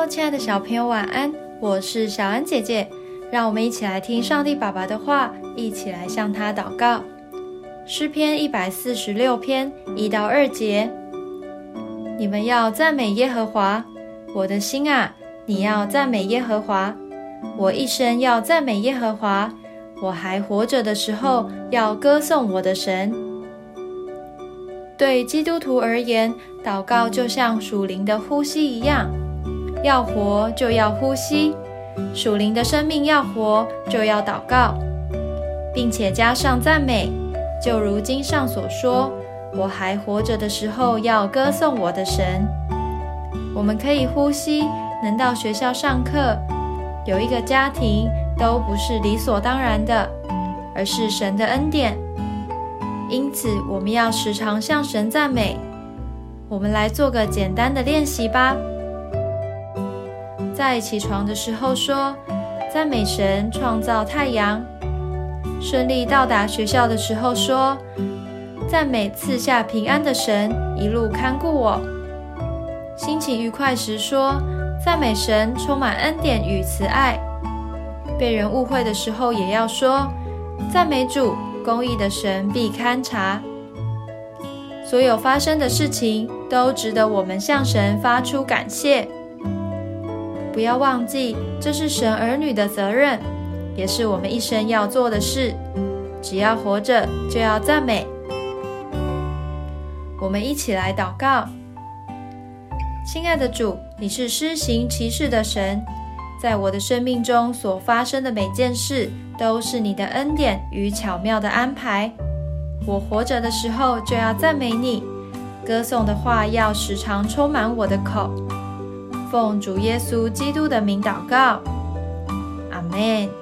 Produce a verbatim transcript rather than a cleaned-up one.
亲爱的小朋友晚安，我是小安姐姐，让我们一起来听上帝爸爸的话，一起来向他祷告。诗篇一百四十六篇一到二节，你们要赞美耶和华，我的心啊，你要赞美耶和华，我一生要赞美耶和华，我还活着的时候要歌颂我的神。对基督徒而言，祷告就像属灵的呼吸一样，要活就要呼吸，属灵的生命要活就要祷告，并且加上赞美，就如经上所说，我还活着的时候要歌颂我的神。我们可以呼吸，能到学校上课，有一个家庭，都不是理所当然的，而是神的恩典。因此我们要时常向神赞美。我们来做个简单的练习吧。在起床的时候说，赞美神创造太阳。顺利到达学校的时候说，赞美赐下平安的神，一路看顾我。心情愉快时说，赞美神充满恩典与慈爱。被人误会的时候也要说，赞美主，公义的神必勘察。所有发生的事情都值得我们向神发出感谢。不要忘记，这是神儿女的责任，也是我们一生要做的事。只要活着，就要赞美。我们一起来祷告。亲爱的主，你是施行奇事的神，在我的生命中所发生的每件事，都是你的恩典与巧妙的安排。我活着的时候就要赞美你，歌颂的话要时常充满我的口。奉主耶稣基督的名祷告，阿们。